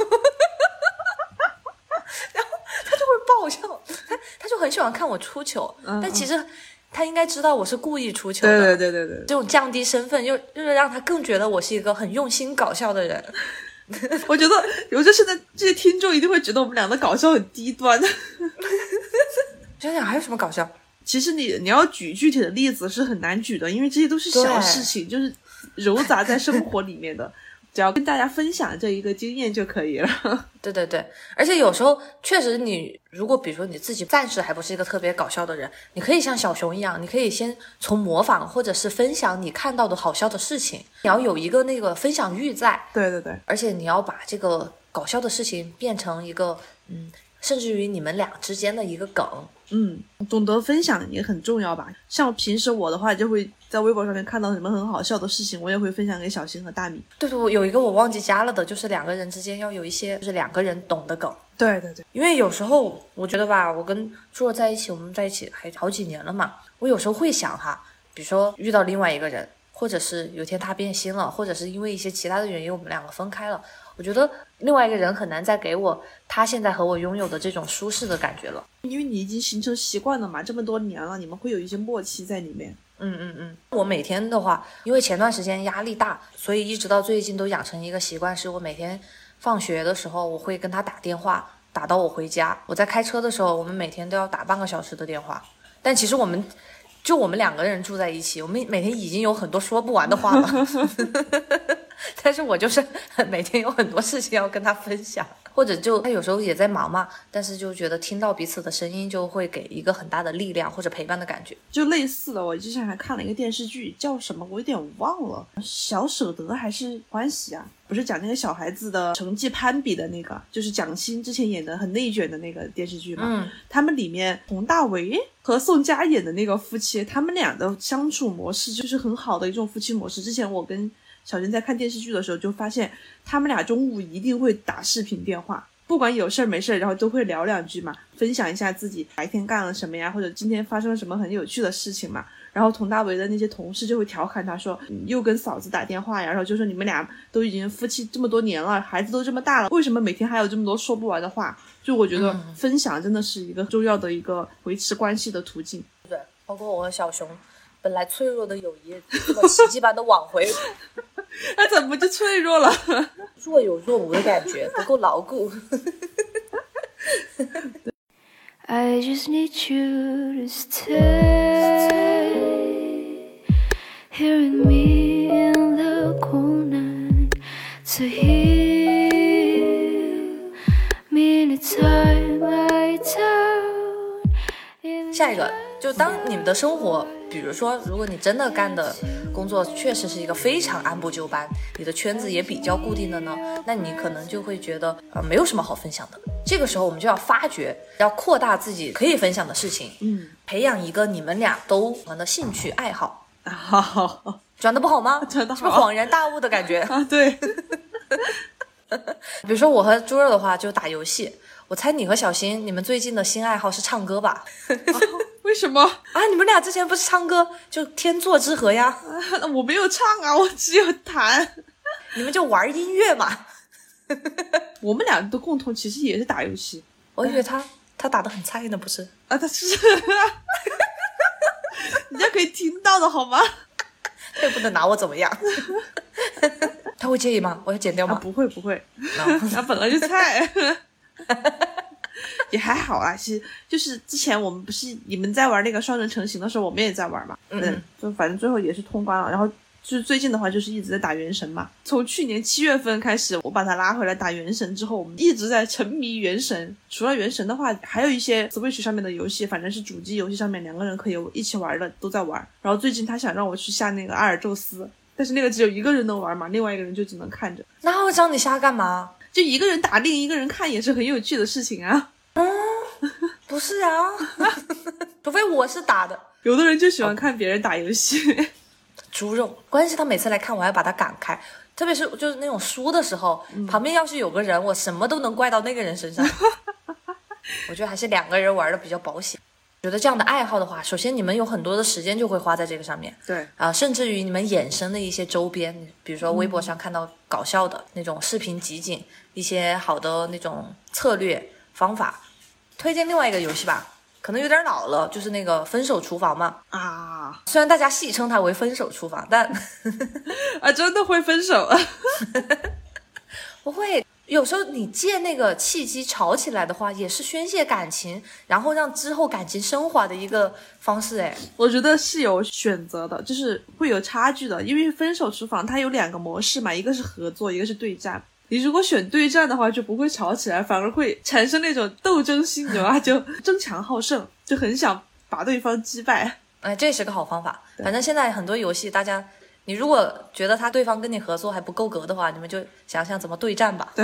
他就会爆笑，他就很喜欢看我出糗，但其实他应该知道我是故意出糗的。 对， 这种降低身份，就是让他更觉得我是一个很用心搞笑的人。 我觉得现在这些听众一定会觉得我们俩的搞笑很低端。 想想还有什么搞笑？ 其实你要举具体的例子是很难举的，因为这些都是小事情，就是糅杂在生活里面的。只要跟大家分享这一个经验就可以了。 对，而且有时候确实你如果比如说你自己暂时还不是一个特别搞笑的人，你可以像小熊一样，你可以先从模仿或者是分享你看到的好笑的事情，你要有一个那个分享欲在。 对， 而且你要把这个搞笑的事情变成一个甚至于你们俩之间的一个梗。 懂得分享也很重要吧。像平时我的话就会在微博上面看到什么很好笑的事情，我也会分享给小新和大米。对， 有一个我忘记加了的，就是两个人之间要有一些就是两个人懂的梗。 对， 因为有时候我觉得吧，我跟猪肉在一起，我们在一起还好几年了嘛，我有时候会想哈，比如说遇到另外一个人，或者是有天他变心了，或者是因为一些其他的原因我们两个分开了，我觉得另外一个人很难再给我他现在和我拥有的这种舒适的感觉了。 因为你已经形成习惯了嘛，这么多年了，你们会有一些默契在里面。 我每天的话，因为前段时间压力大，所以一直到最近都养成一个习惯，是我每天放学的时候我会跟他打电话，打到我回家。我在开车的时候，我们每天都要打半个小时的电话。但其实我们两个人住在一起，我们每天已经有很多说不完的话了。但是我就是每天有很多事情要跟他分享，或者就他有时候也在忙嘛，但是就觉得听到彼此的声音就会给一个很大的力量或者陪伴的感觉。 就类似的，我之前还看了一个电视剧叫什么我有点忘了，小舍得还是欢喜啊，不是讲那个小孩子的成绩攀比的那个，就是蒋欣之前演的很内卷的那个电视剧嘛。他们里面佟大为和宋佳演的那个夫妻，他们俩的相处模式就是很好的一种夫妻模式。之前我跟小珍在看电视剧的时候就发现，他们俩中午一定会打视频电话，不管有事没事，然后都会聊两句嘛，分享一下自己白天干了什么呀，或者今天发生了什么很有趣的事情嘛。然后佟大为的那些同事就会调侃他说，你又跟嫂子打电话呀，然后就说你们俩都已经夫妻这么多年了，孩子都这么大了，为什么每天还有这么多说不完的话。就我觉得分享真的是一个重要的一个维持关系的途径。 对， 包括我和小熊本来脆弱的友谊这么奇迹般的挽回， 那怎么就脆弱了？ 若有若无的感觉，不够牢固。 I just need you to stay here with me in the cool night to heal me anytime I down. 下一个，就当你们的生活，比如说，如果你真的干的工作确实是一个非常按部就班，你的圈子也比较固定的呢，那你可能就会觉得没有什么好分享的。这个时候我们就要发掘，要扩大自己可以分享的事情，培养一个你们俩都喜欢的兴趣爱好。 好， 转的不好吗？ 转的好， 是不是恍然大悟的感觉啊？对。 比如说我和猪肉的话就打游戏，我猜你和小新你们最近的新爱好是唱歌吧？ 为什么啊？你们俩之前不是唱歌就天作之合呀？ 我没有唱啊，我只有弹。 你们就玩音乐嘛。 我们俩的共同其实也是打游戏。 我以为他打得很菜呢，不是？ 啊，他是。人家可以听到的好吗？ 他也不能拿我怎么样。他会介意吗？我要剪掉吗？ 不会，他本来就菜。也还好啊，其实就是之前我们不是你们在玩那个双人成行的时候，我们也在玩嘛，就反正最后也是通关了。然后就是最近的话，就是一直在打原神嘛。从去年7月份开始，我把他拉回来打原神之后，我们一直在沉迷原神。除了原神的话，还有一些 Switch 上面的游戏，反正是主机游戏上面2个人可以一起玩的都在玩。然后最近他想让我去下那个阿尔宙斯，但是那个只有一个人能玩嘛，另外一个人就只能看着。 那我找你下干嘛？ 就一个人打，另一个人看也是很有趣的事情啊。 不是啊，除非我是打的。 有的人就喜欢看别人打游戏。 猪肉，关键是他每次来看我还把他赶开，特别是就是那种输的时候，旁边要是有个人，我什么都能怪到那个人身上。我觉得还是2个人玩的比较保险。觉得这样的爱好的话，首先你们有很多的时间就会花在这个上面， 对甚至于你们衍生的一些周边，比如说微博上看到搞笑的那种视频集锦，一些好的那种策略方法。推荐另外一个游戏吧，可能有点老了，就是那个分手厨房嘛。 啊， 虽然大家戏称它为分手厨房，但啊，真的会分手。 不会，有时候你借那个契机吵起来的话，也是宣泄感情，然后让之后感情升华的一个方式。哎， 我觉得是有选择的，就是会有差距的，因为分手厨房它有2个模式嘛，一个是合作，一个是对战。你如果选对战的话，就不会吵起来，反而会产生那种斗争心，你知道吧？就争强好胜，就很想把对方击败。 哎，这是个好方法。反正现在很多游戏，大家你如果觉得对方跟你合作还不够格的话，你们就想想怎么对战吧。 对，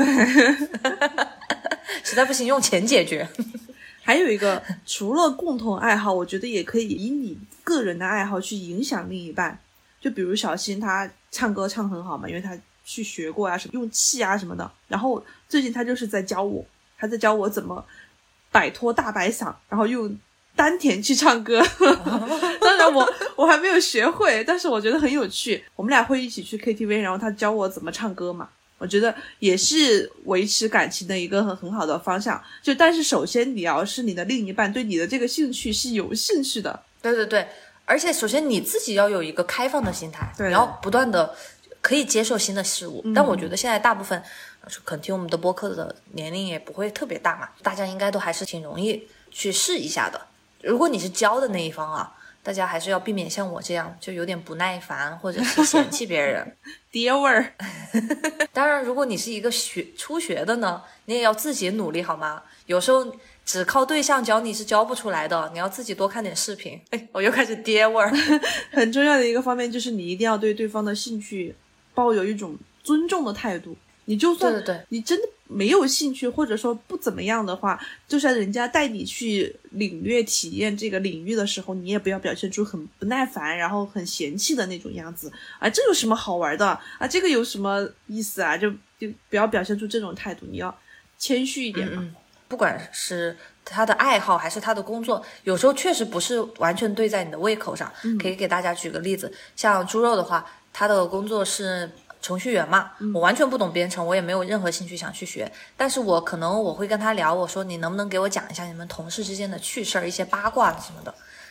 实在不行用钱解决。 还有一个，除了共同爱好，我觉得也可以以你个人的爱好去影响另一半。就比如小新，他唱歌唱很好嘛，因为他去学过啊，什么用气啊什么的。然后最近他就是在教我，怎么摆脱大白嗓，然后用丹田去唱歌。当然我还没有学会，但是我觉得很有趣。我们俩会一起去 KTV， 然后他教我怎么唱歌嘛。我觉得也是维持感情的一个很好的方向。但是首先你要是你的另一半对你的这个兴趣是有兴趣的。 对，而且首先你自己要有一个开放的心态，你要不断的可以接受新的事物。但我觉得现在大部分可能听我们的播客的年龄也不会特别大嘛，大家应该都还是挺容易去试一下的。如果你是教的那一方啊，大家还是要避免像我这样就有点不耐烦或者是嫌弃别人。 爹味儿。 当然如果你是一个初学的呢，你也要自己努力好吗？有时候只靠对象教你是教不出来的，你要自己多看点视频。我又开始爹味儿。 很重要的一个方面就是你一定要对对方的兴趣抱有一种尊重的态度。你就算你真的没有兴趣或者说不怎么样的话，就算人家带你去领略体验这个领域的时候，你也不要表现出很不耐烦然后很嫌弃的那种样子啊，这有什么好玩的啊，这个有什么意思啊，就不要表现出这种态度，你要谦虚一点嘛。 不管是他的爱好还是他的工作，有时候确实不是完全对在你的胃口上。可以给大家举个例子，像猪肉的话，他的工作是程序员嘛，我完全不懂编程，我也没有任何兴趣想去学，但是我可能会跟他聊，我说你能不能给我讲一下你们同事之间的趣事儿，一些八卦什么的，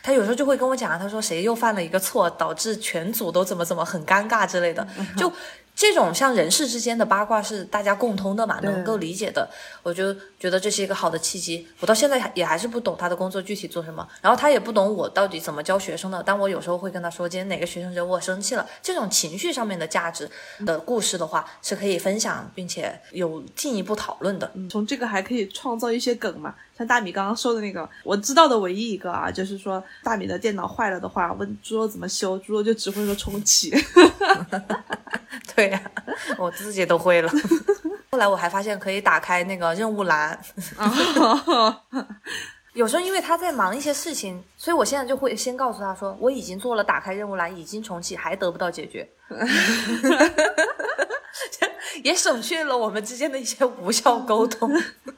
他有时候就会跟我讲，他说谁又犯了一个错，导致全组都怎么很尴尬之类的，就这种像人事之间的八卦是大家共通的嘛，能够理解的，我就觉得这是一个好的契机。我到现在也还是不懂他的工作具体做什么，然后他也不懂我到底怎么教学生的，但我有时候会跟他说今天哪个学生惹我生气了，这种情绪上面的价值的故事的话是可以分享并且有进一步讨论的。 从这个还可以创造一些梗嘛，像大米刚刚说的那个，我知道的唯一一个啊，就是说大米的电脑坏了的话，问猪肉怎么修，猪肉就只会说重启。 对呀、我自己都会了。后来我还发现可以打开那个任务栏。有时候因为他在忙一些事情，所以我现在就会先告诉他说我已经做了打开任务栏，已经重启，还得不到解决。也省去了我们之间的一些无效沟通。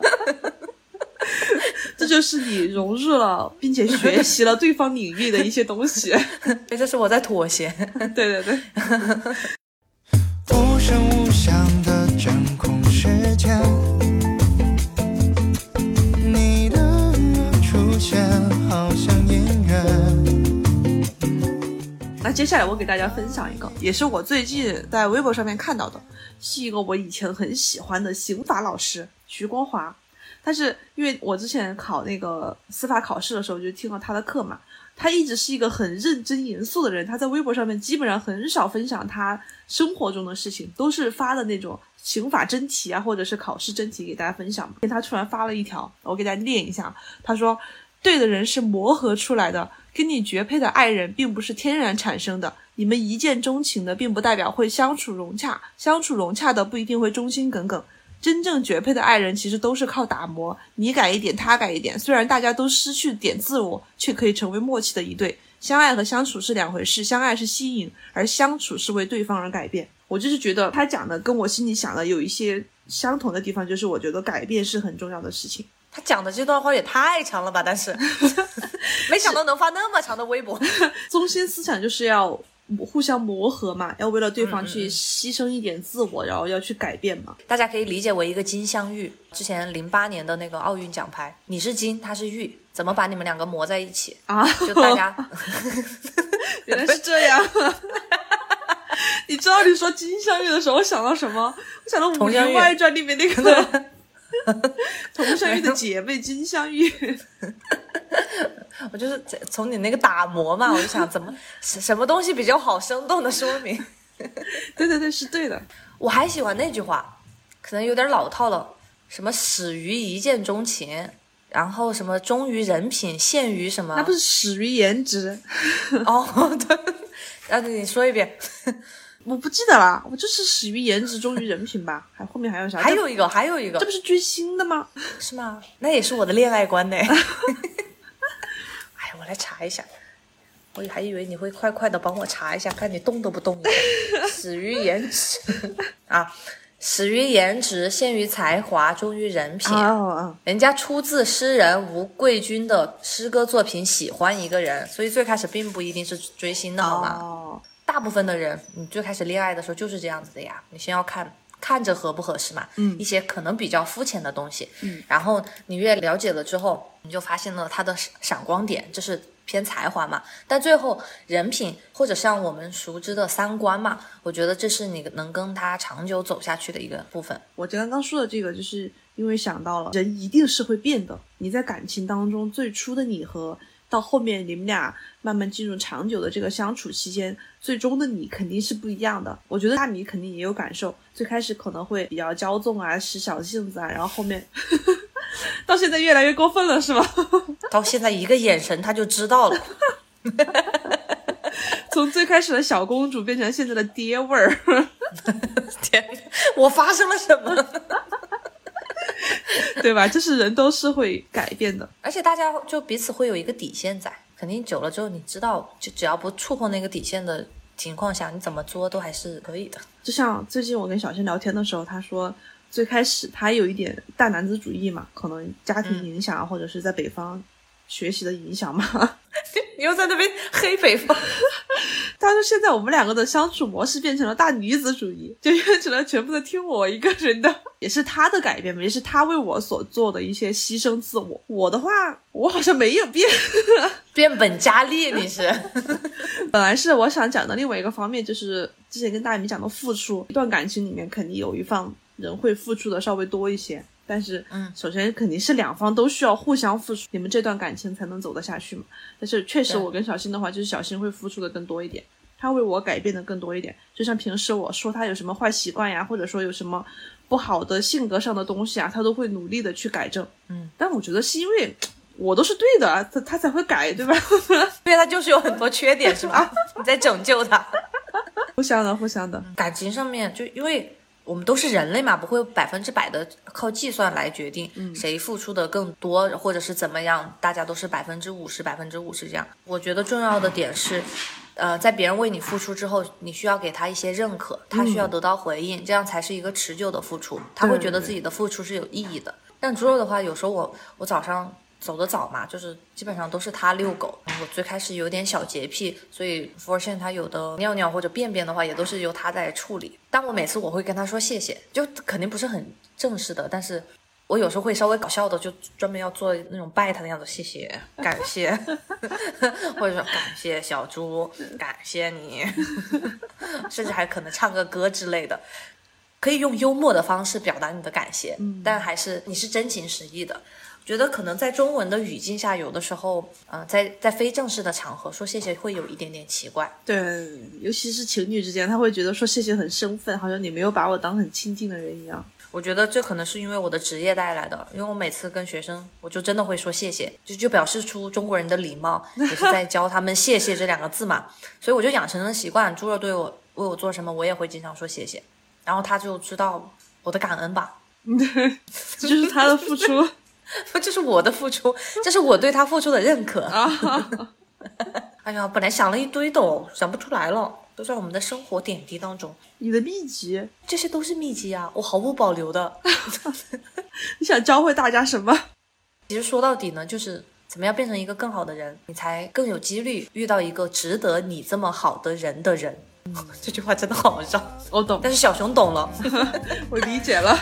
这就是你融入了并且学习了对方领域的一些东西。 这是我在妥协。 对对对。 无声无响的真空时间，你的出现好像音乐。 那接下来我给大家分享一个，也是我最近在微博上面看到的，是一个我以前很喜欢的刑法老师徐光华。但是因为我之前考那个司法考试的时候就听了他的课嘛，他一直是一个很认真严肃的人，他在微博上面基本上很少分享他生活中的事情，都是发的那种刑法真题啊，或者是考试真题给大家分享嘛。他突然发了一条，我给大家念一下，他说对的人是磨合出来的，跟你绝配的爱人并不是天然产生的，你们一见钟情的并不代表会相处融洽，相处融洽的不一定会忠心耿耿，真正绝配的爱人其实都是靠打磨，你改一点他改一点，虽然大家都失去点自我，却可以成为默契的一对。相爱和相处是两回事，相爱是吸引，而相处是为对方而改变。我就是觉得他讲的跟我心里想的有一些相同的地方，就是我觉得改变是很重要的事情。 他讲的这段话也太长了吧，但是没想到能发那么长的微博。 中心思想就是要互相磨合嘛，要为了对方去牺牲一点自我，然后要去改变嘛。 大家可以理解为一个金镶玉，之前08年的那个奥运奖牌，你是金他是玉，怎么把你们两个磨在一起啊？就大家原来是这样。你知道你说金镶玉的时候我想到什么？我想到《武林外传》里面那个佟湘玉的姐妹金镶玉。 我就是从你那个打磨嘛，我就想怎么什么东西比较好生动的说明。 对对对，是对的。 我还喜欢那句话，可能有点老套了，什么始于一见钟情，然后什么忠于人品，陷于什么？ 那不是始于颜值？ 哦，对，你说一遍。 我不记得了，我就是始于颜值，忠于人品吧。后面还有啥？ 还有一个， 这不是追星的吗？ 是吗？那也是我的恋爱观呢。哎，我来查一下，我还以为你会快快的帮我查一下，看你动都不动的。始于颜值啊，始于颜值，陷于才华，忠于人品。人家出自诗人吴桂军的诗歌作品《喜欢一个人》，所以最开始并不一定是追星的，好吗？大部分的人，你最开始恋爱的时候就是这样子的呀。你先要看着合不合适嘛，一些可能比较肤浅的东西，然后你越了解了之后，你就发现了他的闪光点，就是偏才华嘛。但最后人品或者像我们熟知的三观嘛，我觉得这是你能跟他长久走下去的一个部分。 我刚刚说的这个，就是因为想到了人一定是会变的，你在感情当中最初的你和到后面你们俩慢慢进入长久的这个相处期间，最终的你肯定是不一样的。我觉得大米肯定也有感受，最开始可能会比较骄纵啊，使小性子啊，然后后面到现在越来越过分了，是吗？ 到现在一个眼神他就知道了。 从最开始的小公主变成现在的爹味儿。 天，我发生了什么？ 对吧？就是人都是会改变的， 而且大家就彼此会有一个底线在，肯定久了之后你知道，就只要不触碰那个底线的情况下，你怎么做都还是可以的。 就像最近我跟小仙聊天的时候，他说最开始他有一点大男子主义嘛，可能家庭影响或者是在北方学习的影响嘛。 你又在那边黑北方。 他说现在我们两个的相处模式变成了大女子主义，就变成了全部都听我一个人的，也是他的改变嘛，也是他为我所做的一些牺牲自我。我的话我好像没有变。 变本加厉。你是本来是我想讲的另外一个方面，就是之前跟大米讲的付出，一段感情里面肯定有一方人会付出的稍微多一些，但是首先肯定是两方都需要互相付出，你们这段感情才能走得下去嘛。但是确实我跟小新的话，就是小新会付出的更多一点，他为我改变的更多一点。就像平时我说他有什么坏习惯呀，或者说有什么不好的性格上的东西啊，他都会努力的去改正。但我觉得是因为我都是对的啊，他才会改，对吧？ 因为他就是有很多缺点是吧？你在拯救他。 互相的。 感情上面就因为我们都是人类嘛，不会100%的靠计算来决定谁付出的更多，或者是怎么样，大家都是50%这样。我觉得重要的点是在别人为你付出之后，你需要给他一些认可，他需要得到回应，这样才是一个持久的付出，他会觉得自己的付出是有意义的。但猪肉的话，有时候我早上走得早嘛，就是基本上都是他遛狗。我最开始有点小洁癖，所以发现他有的尿尿或者便便的话，也都是由他在处理。但我每次我会跟他说谢谢，就肯定不是很正式的，但是我有时候会稍微搞笑的，就专门要做那种拜他的样子，谢谢，感谢，或者说感谢小猪，感谢你，甚至还可能唱个歌之类的。可以用幽默的方式表达你的感谢，但还是你是真情实意的。觉得可能在中文的语境下，有的时候在非正式的场合说谢谢会有一点点奇怪。 对，尤其是情侣之间，他会觉得说谢谢很生分，好像你没有把我当很亲近的人一样。 我觉得这可能是因为我的职业带来的，因为我每次跟学生我就真的会说谢谢，就表示出中国人的礼貌，也是在教他们谢谢这2个字嘛。所以我就养成了习惯，猪肉对我为我做什么我也会经常说谢谢，然后他就知道我的感恩吧。 对，这就是他的付出。 这是我的付出，这是我对他付出的认可。哎呀，本来想了一堆的想不出来了，都在我们的生活点滴当中。 你的秘籍？ 这些都是秘籍啊，我毫不保留的。 你想教会大家什么？ 其实说到底呢，就是怎么样变成一个更好的人，你才更有几率遇到一个值得你这么好的人的人。这句话真的好绕， 我懂， 但是小熊懂了。 我理解了。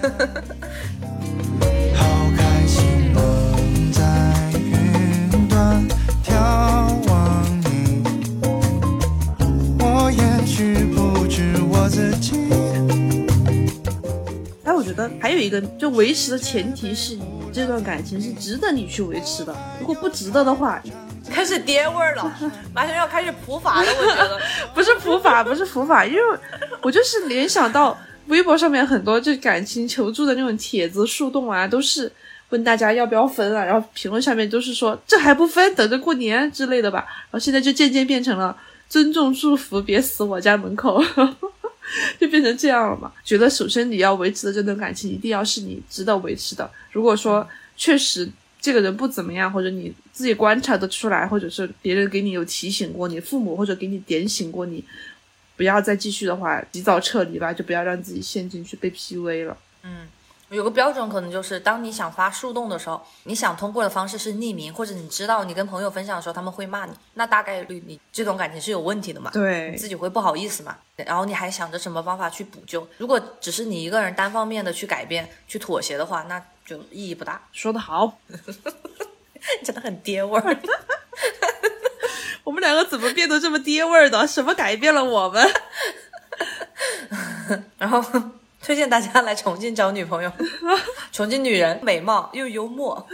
好开心能在云端眺望你，我也许不止我自己。 但我觉得还有一个，就维持的前提是你这段感情是值得你去维持的，如果不值得的话， 开始爹味儿了，马上要开始普法了。我觉得不是普法，因为我就是联想到微博上面很多就感情求助的那种帖子树洞啊，都是问大家要不要分啊，然后评论下面都是说这还不分，等着过年之类的吧。然后现在就渐渐变成了尊重祝福，别死我家门口。就变成这样了嘛。觉得首先你要维持的这段感情一定要是你值得维持的，如果说确实这个人不怎么样，或者你自己观察得出来，或者是别人给你有提醒过，你父母或者给你点醒过你不要再继续的话，及早撤离吧，就不要让自己陷进去被 PUA 了。 有个标准可能就是当你想发树洞的时候，你想通过的方式是匿名，或者你知道你跟朋友分享的时候他们会骂你，那大概率你这种感情是有问题的嘛， 对， 你自己会不好意思嘛，然后你还想着什么方法去补救。如果只是你一个人单方面的去改变去妥协的话，那就意义不大。 说得好。 真的很爹味儿。 我们两个怎么变得这么爹味儿的？什么改变了我们？ 然后推荐大家来重庆找女朋友。重庆女人美貌又幽默。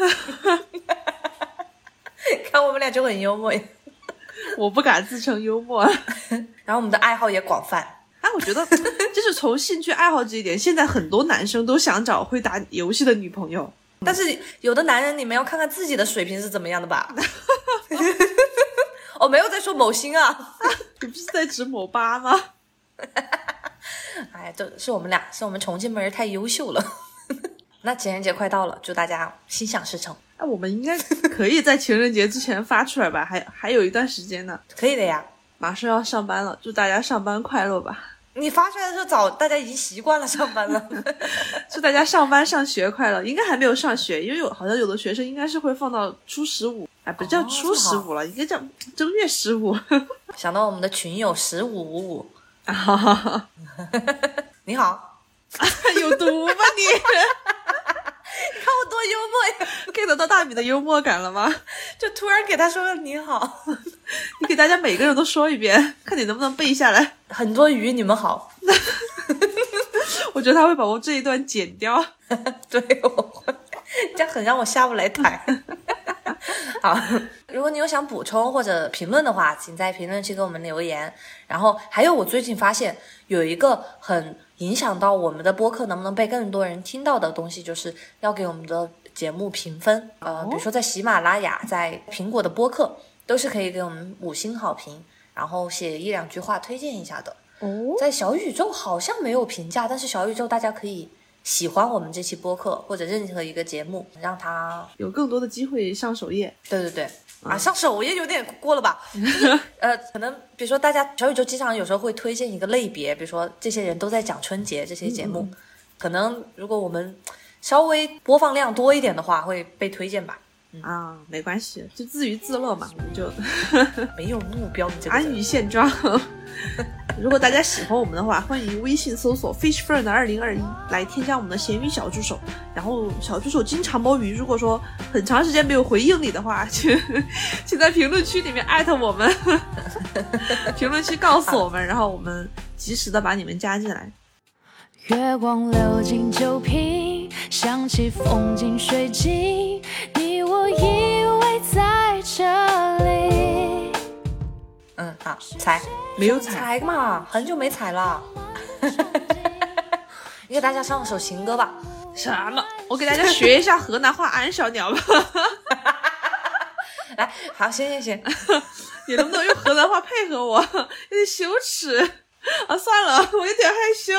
看我们俩就很幽默。 我不敢自称幽默。 然后我们的爱好也广泛。 我觉得就是从兴趣爱好这一点，现在很多男生都想找会打游戏的女朋友， 但是有的男人你们要看看自己的水平是怎么样的吧。我没有在说某星啊。 你不是在指某八吗？ 哎，这是我们俩，是我们重庆妹儿太优秀了。那情人节快到了，祝大家心想事成。 我们应该可以在情人节之前发出来吧，还有一段时间呢。 可以的呀， 马上要上班了，祝大家上班快乐吧。 你发出来的时候早，大家已经习惯了上班了。 祝大家上班上学快乐。应该还没有上学，因为好像有的学生应该是会放到初15，哎，不叫初15了，应该叫正月15。 想到我们的群友1555，你好， 有毒吧你？ 你看我多幽默呀 get 到大米的幽默感了吗？ 就突然给他说了你好。 你给大家每个人都说一遍，看你能不能背下来。 很多鱼，你们好。 我觉得他会把我这一段剪掉。 对，我会，这样很让我下不来台。好，如果你有想补充或者评论的话，请在评论区给我们留言。然后还有，我最近发现有一个很影响到我们的播客能不能被更多人听到的东西，就是要给我们的节目评分。比如说在喜马拉雅、在苹果的播客都是可以给我们5星好评，然后写1、2句话推荐一下的。在小宇宙好像没有评价，但是小宇宙大家可以喜欢我们这期播客或者任何一个节目，让它有更多的机会上首页。 对啊，上首页有点过了吧？就是可能比如说大家小宇宙经常有时候会推荐一个类别，比如说这些人都在讲春节这些节目，可能如果我们稍微播放量多一点的话，会被推荐吧。 没关系，就自娱自乐嘛，我们就没有目标，你这个安于现状。如果大家喜欢我们的话，欢迎微信搜索 fishfriend2021 来添加我们的闲鱼小助手。然后小助手经常摸鱼，如果说很长时间没有回应你的话，请在评论区里面艾特我们，评论区告诉我们，然后我们及时的把你们加进来。 月光流进酒瓶，想起风景水晶，你我依偎在这里。 好，踩没有踩嘛，很久没踩了。你给大家唱首情歌吧。 什么？我给大家学一下河南话安小鸟吧。 来，好，行。 你能不能用河南话配合我？有点羞耻啊！算了，我有点害羞。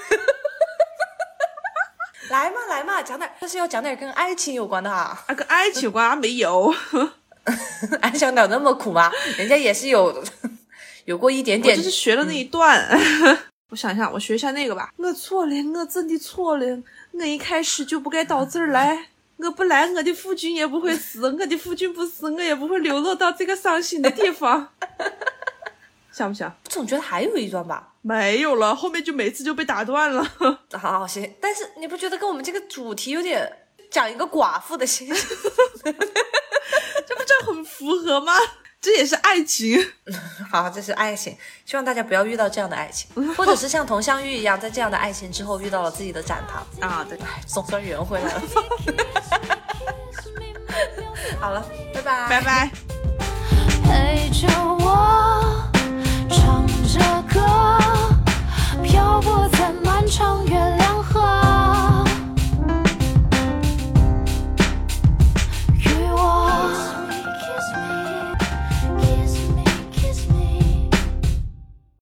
来嘛，讲点，但是要讲点跟爱情有关的啊。 跟爱情有关啊？没有。 安小鸟那么苦吗？人家也是有过一点点。 我就是学了那一段。我想想，我学一下那个吧。我错了，我真的错了，我一开始就不该到这儿来。我不来，我的夫君也不会死，我的夫君不死，我也不会流落到这个伤心的地方。像不像？ 我总觉得还有一段吧。 没有了，后面就每次就被打断了。 好，行。但是你不觉得跟我们这个主题有点讲一个寡妇的心情？ 这不正很符合吗？这也是爱情。 好，这是爱情，希望大家不要遇到这样的爱情，或者是像佟湘玉一样，在这样的爱情之后遇到了自己的展堂啊。对， 总算圆回来了。好了，拜拜， 拜拜。